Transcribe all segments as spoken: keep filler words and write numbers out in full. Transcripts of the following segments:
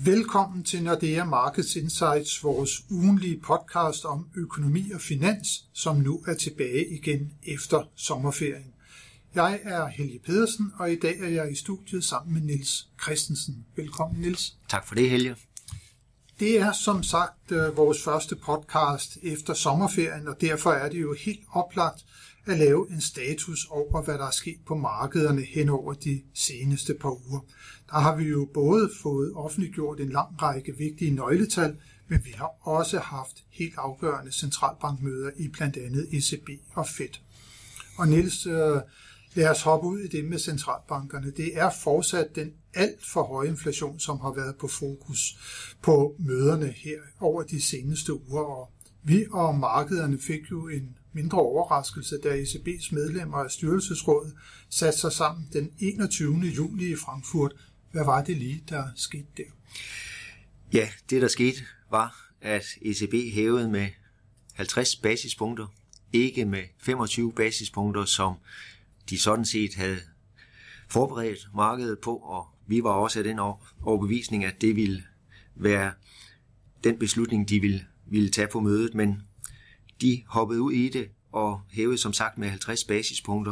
Velkommen til Nordea Markets Insights, vores ugenlige podcast om økonomi og finans, som nu er tilbage igen efter sommerferien. Jeg er Helge Pedersen, og i dag er jeg i studiet sammen med Niels Christensen. Velkommen, Niels. Tak for det, Helge. Det er som sagt vores første podcast efter sommerferien, og derfor er det jo helt oplagt at lave en status over, hvad der er sket på markederne hen over de seneste par uger. Der har vi jo både fået offentliggjort en lang række vigtige nøgletal, men vi har også haft helt afgørende centralbankmøder i blandt andet E C B og Fed. Og Niels, lad os hoppe ud i det med centralbankerne. Det er fortsat den alt for høje inflation, som har været på fokus på møderne her over de seneste uger. Og vi og markederne fik jo en mindre overraskelse, da E C B's medlemmer af styrelsesrådet satte sig sammen den enogtyvende juli i Frankfurt. Hvad var det lige, der skete der? Ja, det der skete var, at E C B hævede med halvtreds basispunkter, ikke med femogtyve basispunkter, som de sådan set havde forberedt markedet på, og vi var også af den overbevisning, at det ville være den beslutning, de ville, ville tage på mødet, men de hoppede ud i det og hævede som sagt med halvtreds basispunkter,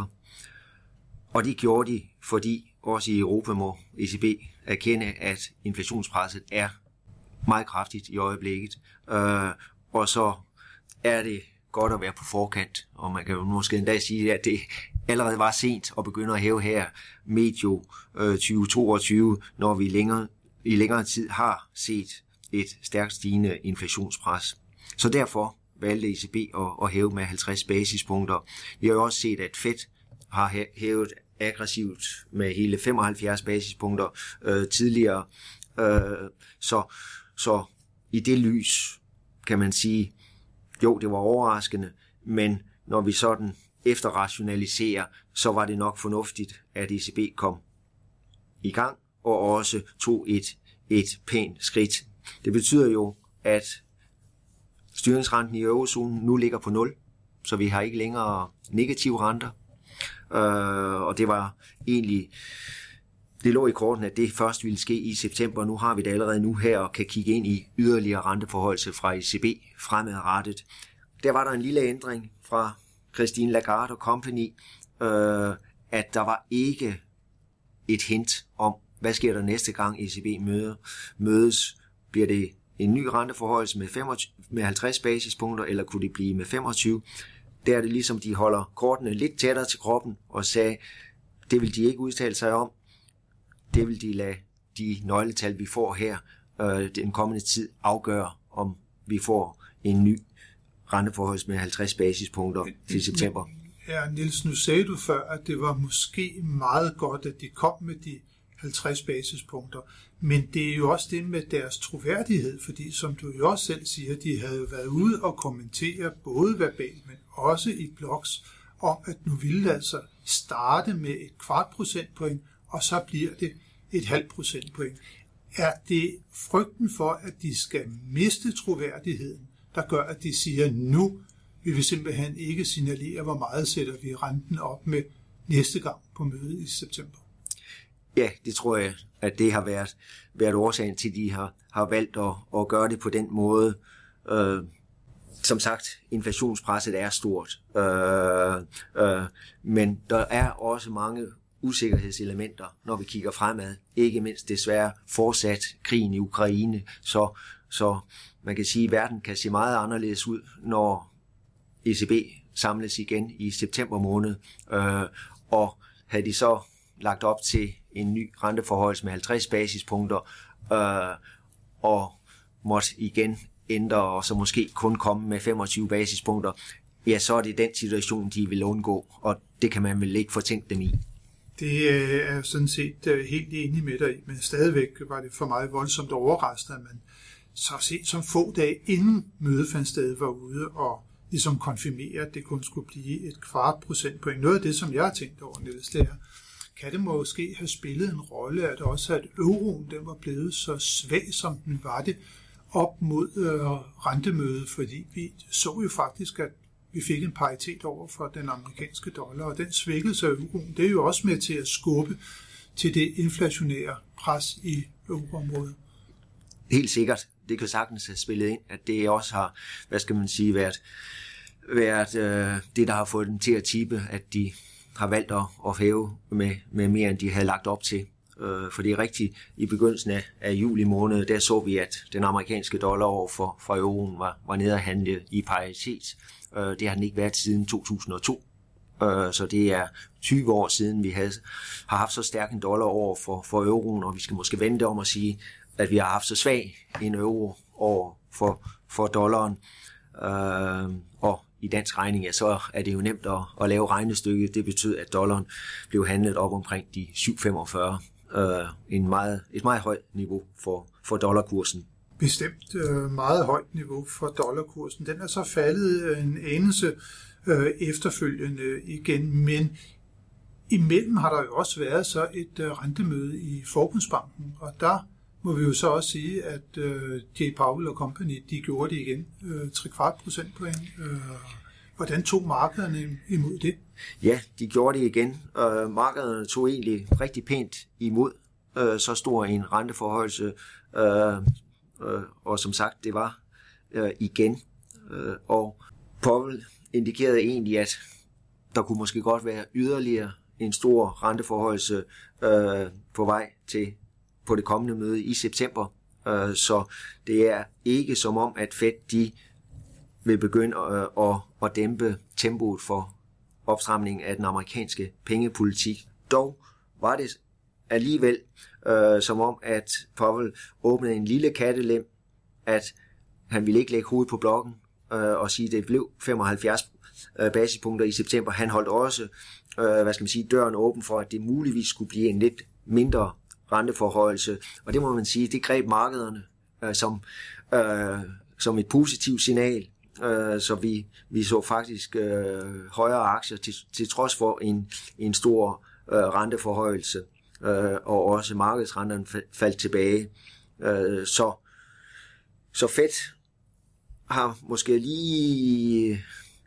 og det gjorde de, fordi også i Europa må E C B erkende, at inflationspresset er meget kraftigt i øjeblikket, øh, og så er det godt at være på forkant, og man kan jo måske endda sige, at det allerede var sent at begynde at hæve her medio øh, tyve toogtyve, når vi længere, i længere tid har set et stærkt stigende inflationspres. Så derfor valgte E C B at, at hæve med halvtreds basispunkter. Vi har jo også set, at Fed har hævet aggressivt med hele femoghalvfjerds basispunkter øh, tidligere. Øh, så, så i det lys kan man sige, jo, det var overraskende, men når vi sådan efterrationaliserer, så var det nok fornuftigt, at E C B kom i gang og også tog et, et pænt skridt. Det betyder jo, at styringsrenten i eurozonen nu ligger på nul, så vi har ikke længere negative renter. Uh, og det var egentlig, det lå i korten, at det først ville ske i september. Nu har vi det allerede nu her og kan kigge ind i yderligere renteforholdelse fra E C B fremadrettet. Der var der en lille ændring fra Christine Lagarde og Company, uh, at der var ikke et hint om, hvad sker der næste gang E C B møder, mødes. Bliver det en ny renteforholdelse med, femogtyve, med halvtreds basispunkter, eller kunne det blive med femogtyve? Der er det ligesom, de holder kortene lidt tættere til kroppen og sagde, det vil de ikke udtale sig om. Det vil de lade de nøgletal, vi får her, øh, den kommende tid afgøre, om vi får en ny renteforhold med halvtreds basispunkter til september. Ja, Niels, nu sagde du før, at det var måske meget godt, at de kom med de halvtreds basispunkter. Men det er jo også det med deres troværdighed, fordi som du jo også selv siger, de havde været ude og kommentere både verbalt, men også i blogs, om at nu ville altså starte med et kvart procentpoint, og så bliver det et halvt procentpoint. Er det frygten for, at de skal miste troværdigheden, der gør, at de siger, nu vil vi simpelthen ikke signalere, hvor meget sætter vi renten op med næste gang på mødet i september? Ja, det tror jeg, at det har været, været årsagen til, at de har, har valgt at, at gøre det på den måde. Øh, som sagt, inflationspresset er stort, øh, øh, men der er også mange usikkerhedselementer, når vi kigger fremad. Ikke mindst desværre fortsat krigen i Ukraine, så, så man kan sige, at verden kan se meget anderledes ud, når E C B samles igen i september måned, øh, og havde de så lagt op til en ny renteforhold med halvtreds basispunkter, øh, og måtte igen ændre, og så måske kun komme med femogtyve basispunkter, ja, så er det den situation, de vil undgå, og det kan man vel ikke fortænke dem i. Det er jeg sådan set helt enig med dig i, men stadigvæk var det for mig voldsomt overraskende, at man så set som få dage inden mødet fandt sted var ude og ligesom konfirmere, at det kun skulle blive et kvart procentpoint. Noget af det, som jeg har tænkt over, Niels, det er, kan det måske have spillet en rolle, at også at euroen den var blevet så svag, som den var det, op mod øh, rentemødet, fordi vi så jo faktisk, at vi fik en paritet over for den amerikanske dollar, og den svækkelse af euroen, det er jo også med til at skubbe til det inflationære pres i euroområdet. helt sikkert, det kan sagtens have spillet ind, at det også har, hvad skal man sige, været, været øh, det, der har fået den til at tippe, at de har valgt at, at hæve med, med mere, end de havde lagt op til. Øh, for det er rigtigt, i begyndelsen af, af juli måned, der så vi, at den amerikanske dollar over for, for euroen var, var nede at handle i paritet. Øh, det har den ikke været siden to tusind og to. Øh, så det er tyve år siden, vi havde, har haft så stærk en dollar over for, for euroen, og vi skal måske vente om at sige, at vi har haft så svag en euro over for, for dollaren. Øh, og i dansk regning, ja, så er det jo nemt at, at lave regnestykket. Det betyder, at dollaren blev handlet op omkring de syv komma femogfyrre. Øh, en meget, et meget højt niveau for, for dollarkursen. Bestemt øh, meget højt niveau for dollarkursen. Den er så faldet en anelse øh, efterfølgende igen, men imellem har der jo også været så et øh, rentemøde i Forbundsbanken, og der må vi jo så også sige, at øh, J. Powell og Company, de gjorde det igen, øh, tre kvart procentpoint. Øh, hvordan tog markederne imod det? Ja, de gjorde det igen. Øh, markederne tog egentlig rigtig pænt imod øh, så stor en renteforhøjelse, øh, øh, og som sagt, det var øh, igen. Øh, og Powell indikerede egentlig, at der kunne måske godt være yderligere en stor renteforhøjelse øh, på vej til på det kommende møde i september. Øh, så det er ikke som om, at Fed de vil begynde at, at, at dæmpe tempoet for opstramningen af den amerikanske pengepolitik. Dog var det alligevel øh, som om, at Powell åbnede en lille kattelem, at han ville ikke lægge hovedet på blokken øh, og sige, at det blev femoghalvfjerds øh, basispunkter i september. Han holdt også øh, hvad skal man sige, døren åben for, at det muligvis skulle blive en lidt mindre renteforhøjelse, og det må man sige, det greb markederne øh, som, øh, som et positivt signal, øh, så vi, vi så faktisk øh, højere aktier til, til trods for en, en stor øh, renteforhøjelse, øh, og også markedsrenterne faldt tilbage. Øh, så, så Fed har måske lige,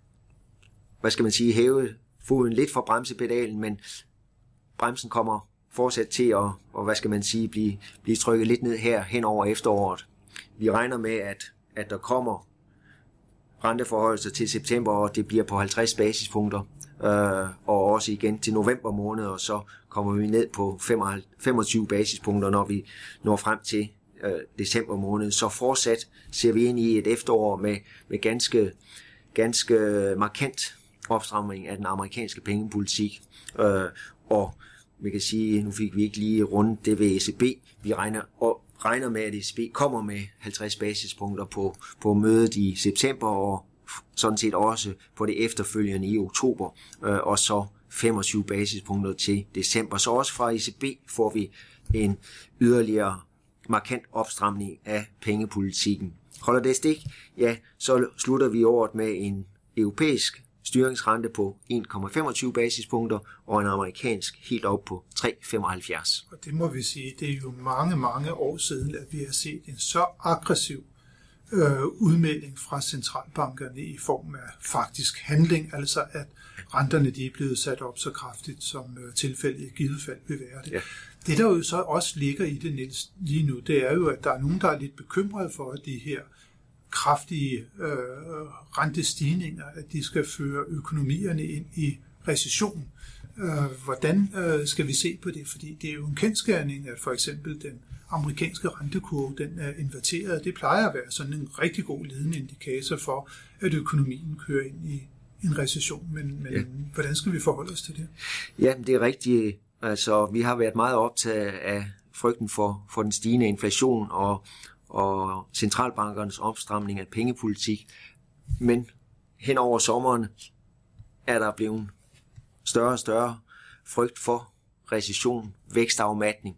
hvad skal man sige, hævet foden lidt fra bremsepedalen, men bremsen kommer fortsat til at, og hvad skal man sige, blive, blive trykket lidt ned her hen over efteråret. Vi regner med, at, at der kommer renteforhøjelser til september, og det bliver på halvtreds basispunkter, øh, og også igen til november måned, og så kommer vi ned på femogtyve basispunkter, når vi når frem til øh, december måned. Så fortsat ser vi ind i et efterår med, med ganske, ganske markant opstramning af den amerikanske pengepolitik, øh, og vi kan sige, nu fik vi ikke lige rundt det ved E C B. Vi regner, og regner med, at E C B kommer med halvtreds basispunkter på, på mødet i september, og sådan set også på det efterfølgende i oktober, øh, og så femogtyve basispunkter til december. Så også fra E C B får vi en yderligere markant opstramning af pengepolitikken. Holder det stik, ja, så slutter vi året med en europæisk styringsrente på en komma femogtyve basispunkter og en amerikansk helt op på tre komma femoghalvfjerds. Og det må vi sige, det er jo mange, mange år siden, at vi har set en så aggressiv øh, udmelding fra centralbankerne i form af faktisk handling, altså at renterne de er blevet sat op så kraftigt, som øh, tilfældet i givet fald vil være det. Ja. Det, der jo så også ligger i det, Niels, lige nu, det er jo, at der er nogen, der er lidt bekymrede for, at de her kraftige øh, rentestigninger, at de skal føre økonomierne ind i recession. Øh, hvordan øh, skal vi se på det? Fordi det er jo en kendsgerning, at for eksempel den amerikanske rentekurve, den er inverteret. Det plejer at være sådan en rigtig god ledende indikator for, at økonomien kører ind i en recession. Men, men ja. Hvordan skal vi forholde os til det? Ja, det er rigtigt. Altså, vi har været meget optaget af frygten for, for den stigende inflation og og centralbankernes opstramning af pengepolitik. Men hen over sommeren er der blevet større og større frygt for recession, vækstafmatning.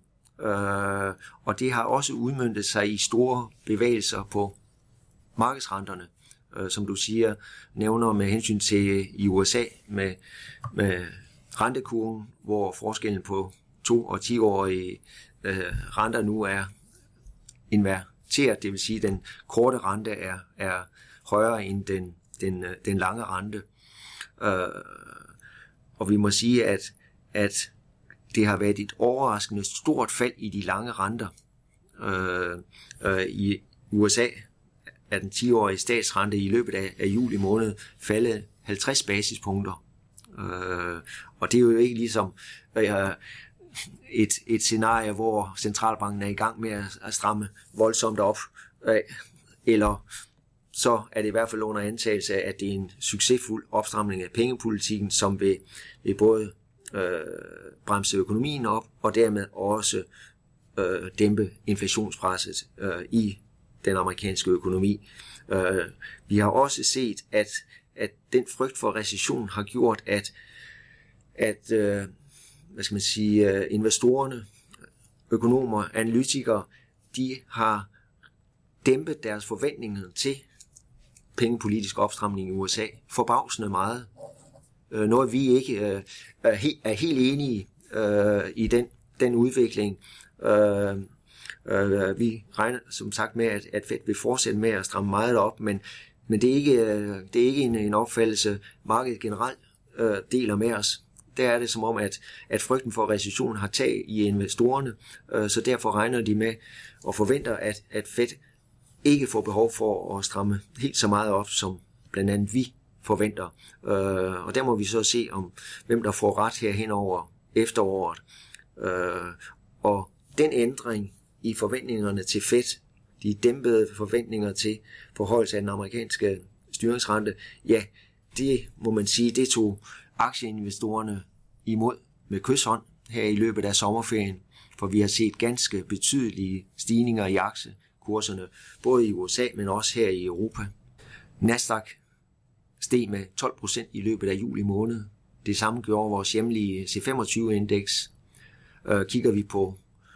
Øh, og det har også udmøntet sig i store bevægelser på markedsrenterne, øh, som du siger, nævner med hensyn til i U S A med, med rentekurven, hvor forskellen på to og ti-årige øh, renter nu er inverteret. Det vil sige, at den korte rente er, er højere end den, den, den lange rente. Øh, og vi må sige, at, at det har været et overraskende stort fald i de lange renter. Øh, øh, I U S A er den ti-årige statsrente i løbet af, af juli måned faldet halvtreds basispunkter. Øh, og det er jo ikke ligesom øh, et, et scenarie, hvor centralbanken er i gang med at, at stramme voldsomt op, øh, eller så er det i hvert fald under antagelse af, at det er en succesfuld opstramning af pengepolitikken, som vil, vil både øh, bremse økonomien op, og dermed også øh, dæmpe inflationspresset øh, i den amerikanske økonomi. Øh, vi har også set, at, at den frygt for recession har gjort, at, at øh, hvad skal man sige, øh, investorerne, økonomer, analytikere, de har dæmpet deres forventninger til pengepolitisk opstramning i U S A forbavsende meget. Øh, noget vi ikke øh, er, he, er helt enige øh, i den, den udvikling. Øh, øh, vi regner som sagt med, at, at Fed vil fortsætte med at stramme meget op, men, men det er ikke, øh, det er ikke en, en opfattelse, markedet generelt øh, deler med os. Der er det som om, at, at frygten for recession har tag i investorerne, øh, så derfor regner de med og forventer, at, at Fed ikke får behov for at stramme helt så meget op, som blandt andet vi forventer. Øh, og der må vi så se, om hvem der får ret her hen over efteråret. Øh, og den ændring i forventningerne til Fed, de dæmpede forventninger til forhøjelse af den amerikanske styringsrente, ja, det må man sige, det tog aktieinvestorerne imod med kyshånd her i løbet af sommerferien, for vi har set ganske betydelige stigninger i aktiekurserne, både i U S A, men også her i Europa. Nasdaq steg med tolv procent i løbet af juli måned. Det samme gjorde vores hjemlige C femogtyve-indeks. Øh, kigger vi på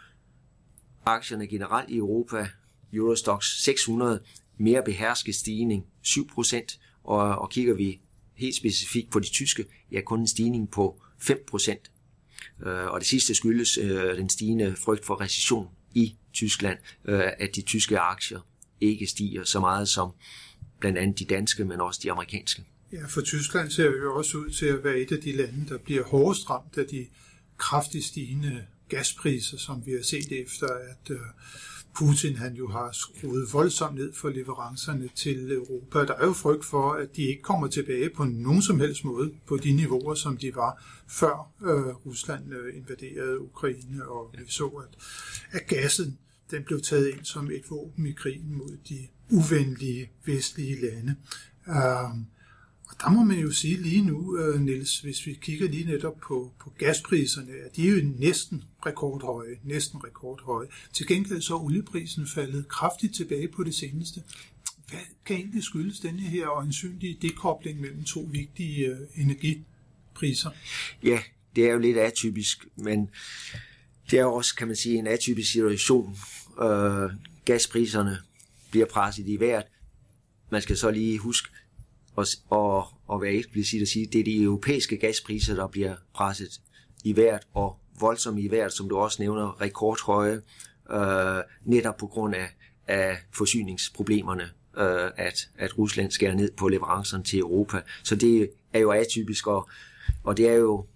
aktierne generelt i Europa, Eurostoxx seks hundrede, mere behersket stigning, syv procent, og, og kigger vi helt specifikt på de tyske, ja, kun en stigning på fem procent. Øh, og det sidste skyldes øh, den stigende frygt for recession i Tyskland, øh, at de tyske aktier ikke stiger så meget som blandt andet de danske, men også de amerikanske. Ja, for Tyskland ser jo også ud til at være et af de lande, der bliver hårdest ramt af de kraftigt stigende gaspriser, som vi har set efter, at øh, Putin han jo har skruet voldsomt ned for leverancerne til Europa. Der er jo frygt for, at de ikke kommer tilbage på nogen som helst måde på de niveauer, som de var før øh, Rusland øh, invaderede Ukraine, og vi så, at, at gassen den blev taget ind som et våben i krigen mod de uvenlige vestlige lande. Øh, og der må man jo sige lige nu, øh, Niels, hvis vi kigger lige netop på, på gaspriserne, at de er jo næsten rekordhøje, næsten rekordhøje. Til gengæld så er olieprisen faldet kraftigt tilbage på det seneste. Hvad kan egentlig skyldes denne her øjensynlige dekobling mellem to vigtige øh, energipriser? Ja, det er jo lidt atypisk, men det er også, kan man sige, en atypisk situation. Øh, gaspriserne bliver presset i vejret. Man skal så lige huske, Og, og, og være eksplicit at sige, det er de europæiske gaspriser, der bliver presset i vejret, og voldsomt i vejret, som du også nævner, rekordhøje, øh, netop på grund af, af forsyningsproblemerne, øh, at, at Rusland skærer ned på leverancerne til Europa. Så det er jo atypisk, og, og det er jo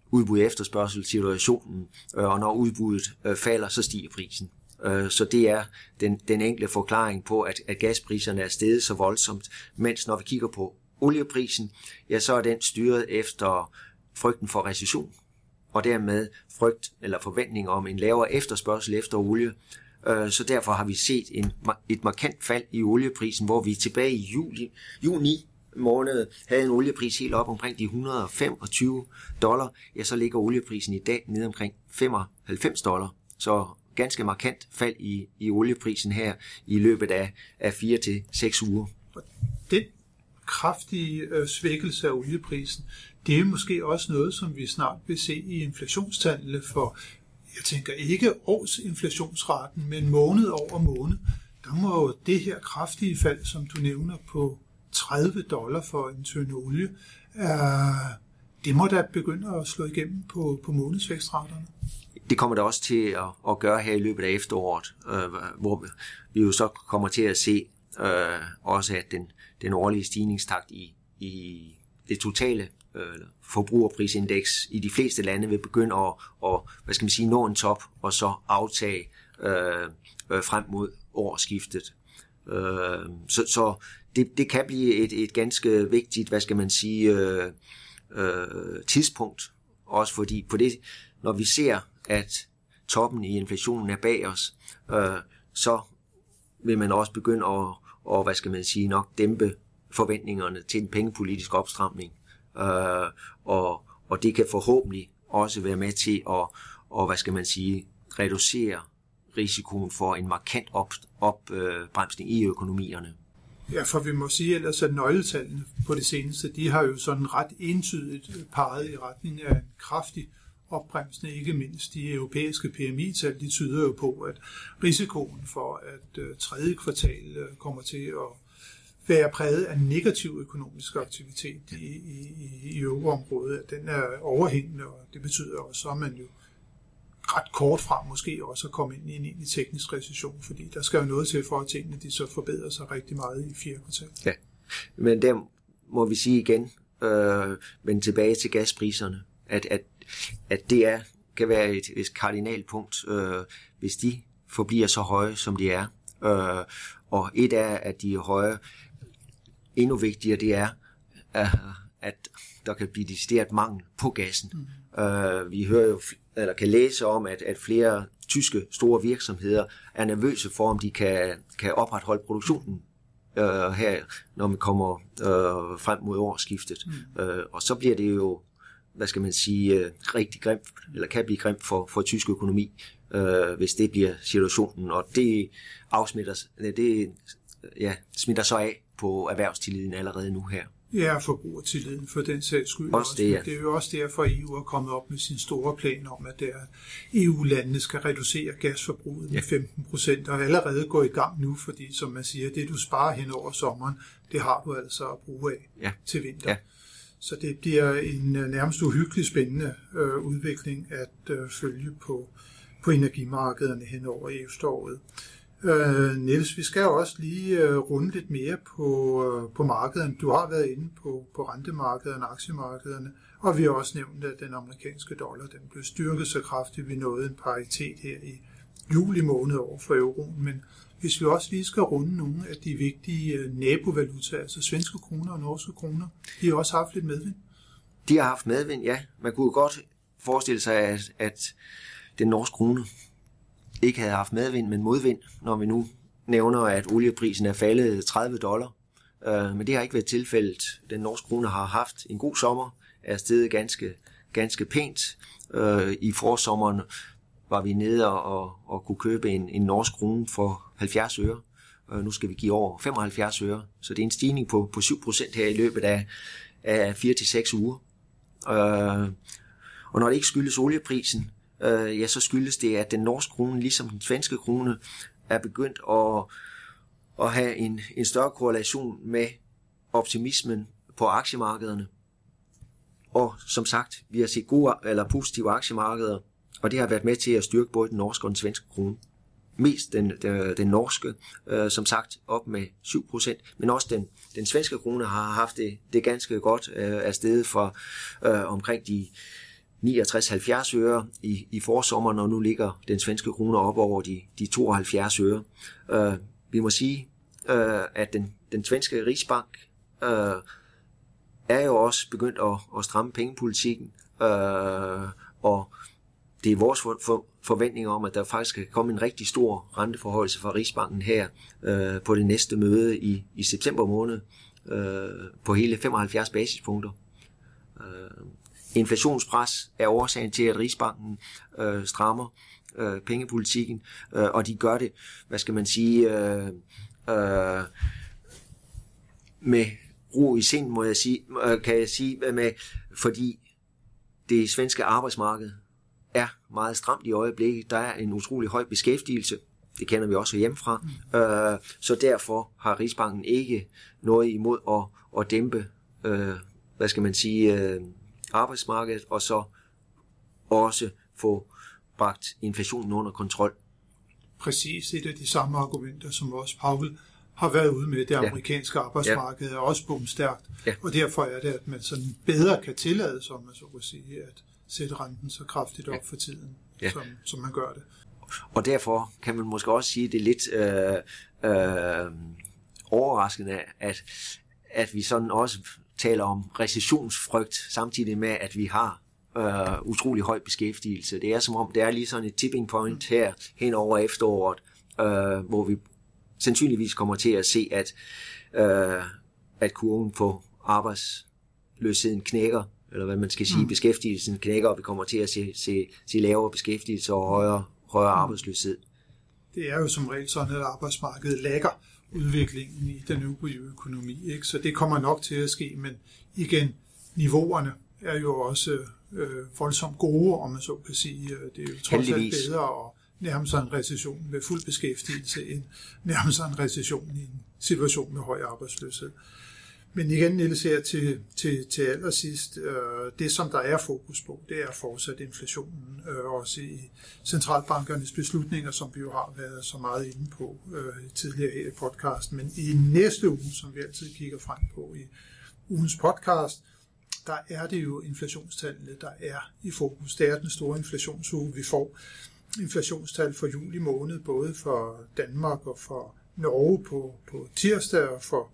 udbud-efterspørgselssituationen, øh, og når udbuddet øh, falder, så stiger prisen. Så det er den, den enkle forklaring på, at, at gaspriserne er steget så voldsomt, mens når vi kigger på olieprisen, ja, så er den styret efter frygten for recession, og dermed frygt eller forventning om en lavere efterspørgsel efter olie. Så derfor har vi set en, et markant fald i olieprisen, hvor vi tilbage i juli, juni måned havde en oliepris helt op omkring de et hundrede og femogtyve dollar. Ja, så ligger olieprisen i dag nede omkring femoghalvfems dollar. Så ganske markant fald i, i olieprisen her i løbet af, af fire til seks uger. Den kraftige øh, svækkelse af olieprisen, det er måske også noget, som vi snart vil se i inflationstallene, for jeg tænker ikke års inflationsraten, men måned over måned. Der må det her kraftige fald, som du nævner, på tredive dollar for en tønde olie, øh, det må da begynde at slå igennem på, på månedsvækstraterne. Det kommer der også til at, at gøre her i løbet af efteråret, øh, hvor vi jo så kommer til at se øh, også, at den, den årlige stigningstakt i, i det totale øh, forbrugerprisindeks i de fleste lande vil begynde at, at hvad skal man sige, nå en top og så aftage øh, øh, frem mod årsskiftet. Øh, så så det, det kan blive et, et ganske vigtigt, hvad skal man sige, øh, øh, tidspunkt, også fordi på det, når vi ser, at toppen i inflationen er bag os, øh, så vil man også begynde at, og, hvad skal man sige, nok dæmpe forventningerne til en pengepolitisk opstramning. Øh, og, og det kan forhåbentlig også være med til at, og, hvad skal man sige, reducere risikoen for en markant opbremsning op, øh, i økonomierne. Ja, for vi må sige ellers, at nøgletallene på det seneste, de har jo sådan ret entydigt peget i retning af en kraftig opbremsning, ikke mindst de europæiske P M I-tal, de tyder jo på, at risikoen for, at uh, tredje kvartal uh, kommer til at være præget af negativ økonomisk aktivitet i, i, i euroområdet, den er overhængende, og det betyder også, at man jo ret kort frem måske også at komme ind i en egentlig teknisk recession, fordi der skal jo noget til for, at tingene de så forbedrer sig rigtig meget i fjerde kvartal. Ja, men der må vi sige igen, øh, men tilbage til gaspriserne, at, at, at det er, kan være et, et kardinalpunkt, øh, hvis de forbliver så høje, som de er. Øh, og et er, at de er høje. Endnu vigtigere, det er, at der kan blive decideret mangel på gassen. Mm. Øh, vi hører jo, eller kan læse om, at, at flere tyske store virksomheder er nervøse for, om de kan, kan opretholde produktionen øh, her, når man kommer øh, frem mod årsskiftet. Mm. Øh, og så bliver det jo, hvad skal man sige, øh, rigtig grimt, eller kan blive grimt for, for tysk økonomi, øh, hvis det bliver situationen. Og det afsmitter, det ja, smitter så af på erhvervstilliden allerede nu her. Ja, forbrugertilliden for den sags skyld. Også det, ja. Det er jo også derfor, at E U er kommet op med sin store plan om, at der E U-landene skal reducere gasforbruget med ja. femten procent, og allerede gå i gang nu, fordi som man siger, det du sparer hen over sommeren, det har du altså at bruge af ja. til vinter. Ja. Så det bliver en nærmest uhyggelig spændende øh, udvikling at øh, følge på, på energimarkederne hen over efteråret. Øh, Niels, vi skal jo også lige øh, runde lidt mere på, øh, på markederne. Du har været inde på, på rentemarkederne, aktiemarkederne, og vi har også nævnt, at den amerikanske dollar den blev styrket så kraftigt, vi nåede en paritet her i juli måned over for euroen. Men hvis vi også lige skal runde nogle af de vigtige øh, nabovalutaer, altså svenske kroner og norske kroner, de har også haft lidt medvind. De har haft medvind, ja. Man kunne godt forestille sig, at, at den norske krone ikke havde haft medvind, men modvind, når vi nu nævner, at olieprisen er faldet tredive dollar. Øh, men det har ikke været tilfældet. Den norske krone har haft en god sommer, er steget ganske, ganske pænt. Øh, I forsommeren var vi nede og, og kunne købe en, en norsk krone for halvfjerds øre. Øh, nu skal vi give over femoghalvfjerds øre. Så det er en stigning på, på syv procent her i løbet af, af fire til seks uger. Øh, og når det ikke skyldes olieprisen, Øh, ja, så skyldes det, at den norske krone, ligesom den svenske krone, er begyndt at, at have en, en større korrelation med optimismen på aktiemarkederne. Og som sagt, vi har set gode eller positive aktiemarkeder, og det har været med til at styrke både den norske og den svenske krone. Mest den, den, den norske, øh, som sagt, op med syv procent, men også den, den svenske krone har haft det, det ganske godt øh, afsted for øh, omkring de niogtres til halvfjerds øre i, i forsommeren, og nu ligger den svenske krone op over de, de tooghalvfjerds øre. Uh, vi må sige, uh, at den, den svenske Riksbank uh, er jo også begyndt at, at stramme pengepolitikken, uh, og det er vores for, for, forventning om, at der faktisk kan komme en rigtig stor renteforhøjelse fra Riksbanken her uh, på det næste møde i, i september måned uh, på hele femoghalvfjerds basispunkter. Uh, Inflationspres er årsagen til, at Rigsbanken øh, strammer øh, pengepolitikken, øh, og de gør det, hvad skal man sige, øh, øh, med ro i sind, må jeg sige, øh, kan jeg sige, med, fordi det svenske arbejdsmarked er meget stramt i øjeblikket. Der er en utrolig høj beskæftigelse. Det kender vi også hjemmefra. Mm. Øh, så derfor har Rigsbanken ikke noget imod at, at dæmpe, øh, hvad skal man sige, øh, arbejdsmarkedet, og så også få bragt inflationen under kontrol. Præcis et af de samme argumenter, som også Powell har været ude med. Det amerikanske ja. arbejdsmarked er også bomstærkt, ja. og derfor er det, at man sådan bedre kan tillade sig, man så kan sige, at sætte renten så kraftigt op ja. for tiden, ja. som, som man gør det. Og derfor kan man måske også sige, at det er lidt øh, øh, overraskende, at, at vi sådan også taler om recessionsfrygt, samtidig med, at vi har øh, utrolig høj beskæftigelse. Det er som om, det er lige sådan et tipping point her hen over efteråret, øh, hvor vi sandsynligvis kommer til at se, at, øh, at kurven på arbejdsløsheden knækker, eller hvad man skal sige, mm. beskæftigelsen knækker, og vi kommer til at se, se, se lavere beskæftigelse og højere, højere arbejdsløshed. Det er jo som regel sådan, at arbejdsmarkedet lægger udviklingen i den øvrige økonomi, ikke? Så det kommer nok til at ske, men igen, niveauerne er jo også øh, voldsomt gode, om man så kan sige. Det er jo trods alt bedre at nærme sig en recession med fuld beskæftigelse, end nærme sig en recession i en situation med høj arbejdsløshed. Men igen, Niels, her til, til, til allersidst, øh, det som der er fokus på, det er fortsat inflationen, øh, også i centralbankernes beslutninger, som vi jo har været så meget inde på øh, tidligere i podcasten. Men i næste uge, som vi altid kigger frem på i ugens podcast, der er det jo inflationstallene, der er i fokus. Det er den store inflationsuge, vi får. Inflationstal for juli måned, både for Danmark og for Norge på, på tirsdag, og for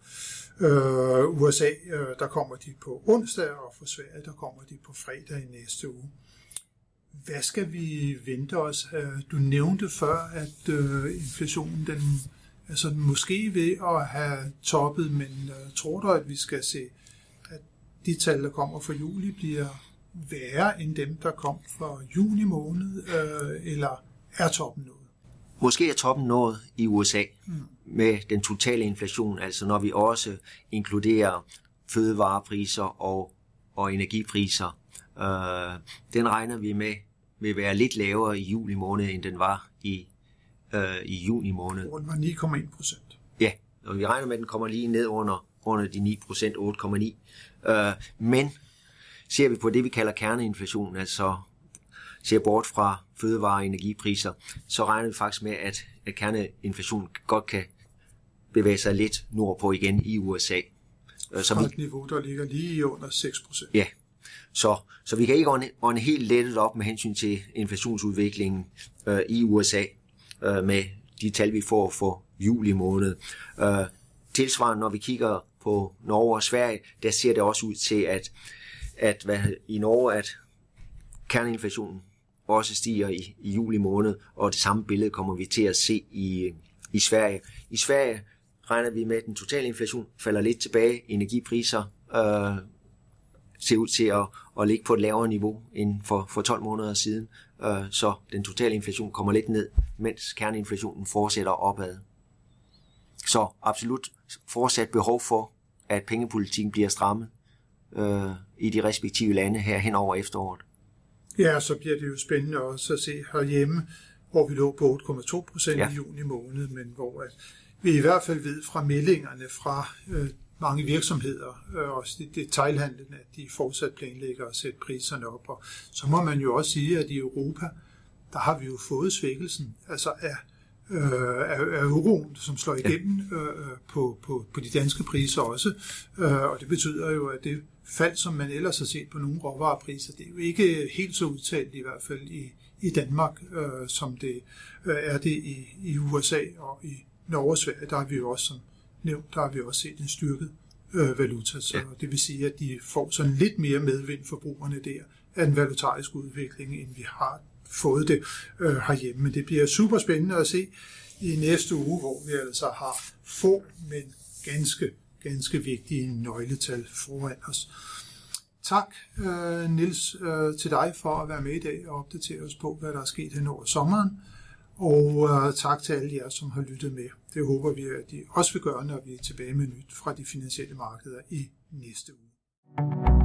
øh, U S A, øh, der kommer de på onsdag, og for Sverige, der kommer de på fredag i næste uge. Hvad skal vi vente os? Du nævnte før, at øh, inflationen, den er sådan måske ved at have toppet, men øh, tror du, at vi skal se, at de tal, der kommer for juli, bliver værre end dem, der kom for juni måned, øh, eller er toppen nået? Måske er toppen nået i U S A mm. med den totale inflation, altså når vi også inkluderer fødevarepriser og, og energipriser. Øh, den regner vi med vil være lidt lavere i juli måned, end den var i, øh, i juni måned. Den var ni komma en procent. Ja, og vi regner med, at den kommer lige ned under, under de ni procent, otte komma ni. Øh, men ser vi på det, vi kalder kerneinflation, altså ser bort fra fødevare- og energipriser, så regner vi faktisk med, at, at kerneinflation godt kan bevæge sig lidt nordpå igen i U S A. Så vi, et niveau, der ligger lige under seks procent. Ja, så, så vi kan ikke ånde, ånde helt lettet op med hensyn til inflationsudviklingen øh, i U S A øh, med de tal, vi får for juli måned. Øh, tilsvarende, når vi kigger på Norge og Sverige, der ser det også ud til, at, at hvad, i Norge, at kerneinflationen også stiger i, i juli måned, og det samme billede kommer vi til at se i, i Sverige. I Sverige regner vi med, at den totale inflation falder lidt tilbage. Energipriser øh, ser ud til at, at ligge på et lavere niveau end for, for tolv måneder siden, øh, så den totale inflation kommer lidt ned, mens kerneinflationen fortsætter opad. Så absolut fortsat behov for, at pengepolitikken bliver strammet øh, i de respektive lande her hen over efteråret. Ja, så bliver det jo spændende også at se herhjemme, hvor vi lå på otte komma to procent ja. i juni måned, men hvor at vi i hvert fald ved fra meldingerne fra øh, mange virksomheder, øh, også detailhandlen, at de fortsat planlægger at sætte priserne op. Og så må man jo også sige, at i Europa, der har vi jo fået svækkelsen altså af, øh, af, af euroen, som slår igennem øh, på, på, på de danske priser også. Øh, og det betyder jo, at det fald, som man ellers har set på nogle råvarepriser, det er jo ikke helt så udtalt i hvert fald i, i Danmark, øh, som det øh, er det i, i U S A og i Norge og Sverige. Der har vi jo også, som nævnt, der har vi også set en styrket øh, valuta, så ja. Det vil sige, at de får sådan lidt mere medvind forbrugerne der af en valutarisk udvikling, end vi har fået det øh, herhjemme. Men det bliver super spændende at se i næste uge, hvor vi altså har få, men ganske ganske vigtige nøgletal foran os. Tak, øh, Niels, øh, til dig for at være med i dag og opdatere os på, hvad der er sket hen over sommeren. Og øh, tak til alle jer, som har lyttet med. Det håber vi, at I også vil gøre, når vi er tilbage med nyt fra de finansielle markeder i næste uge.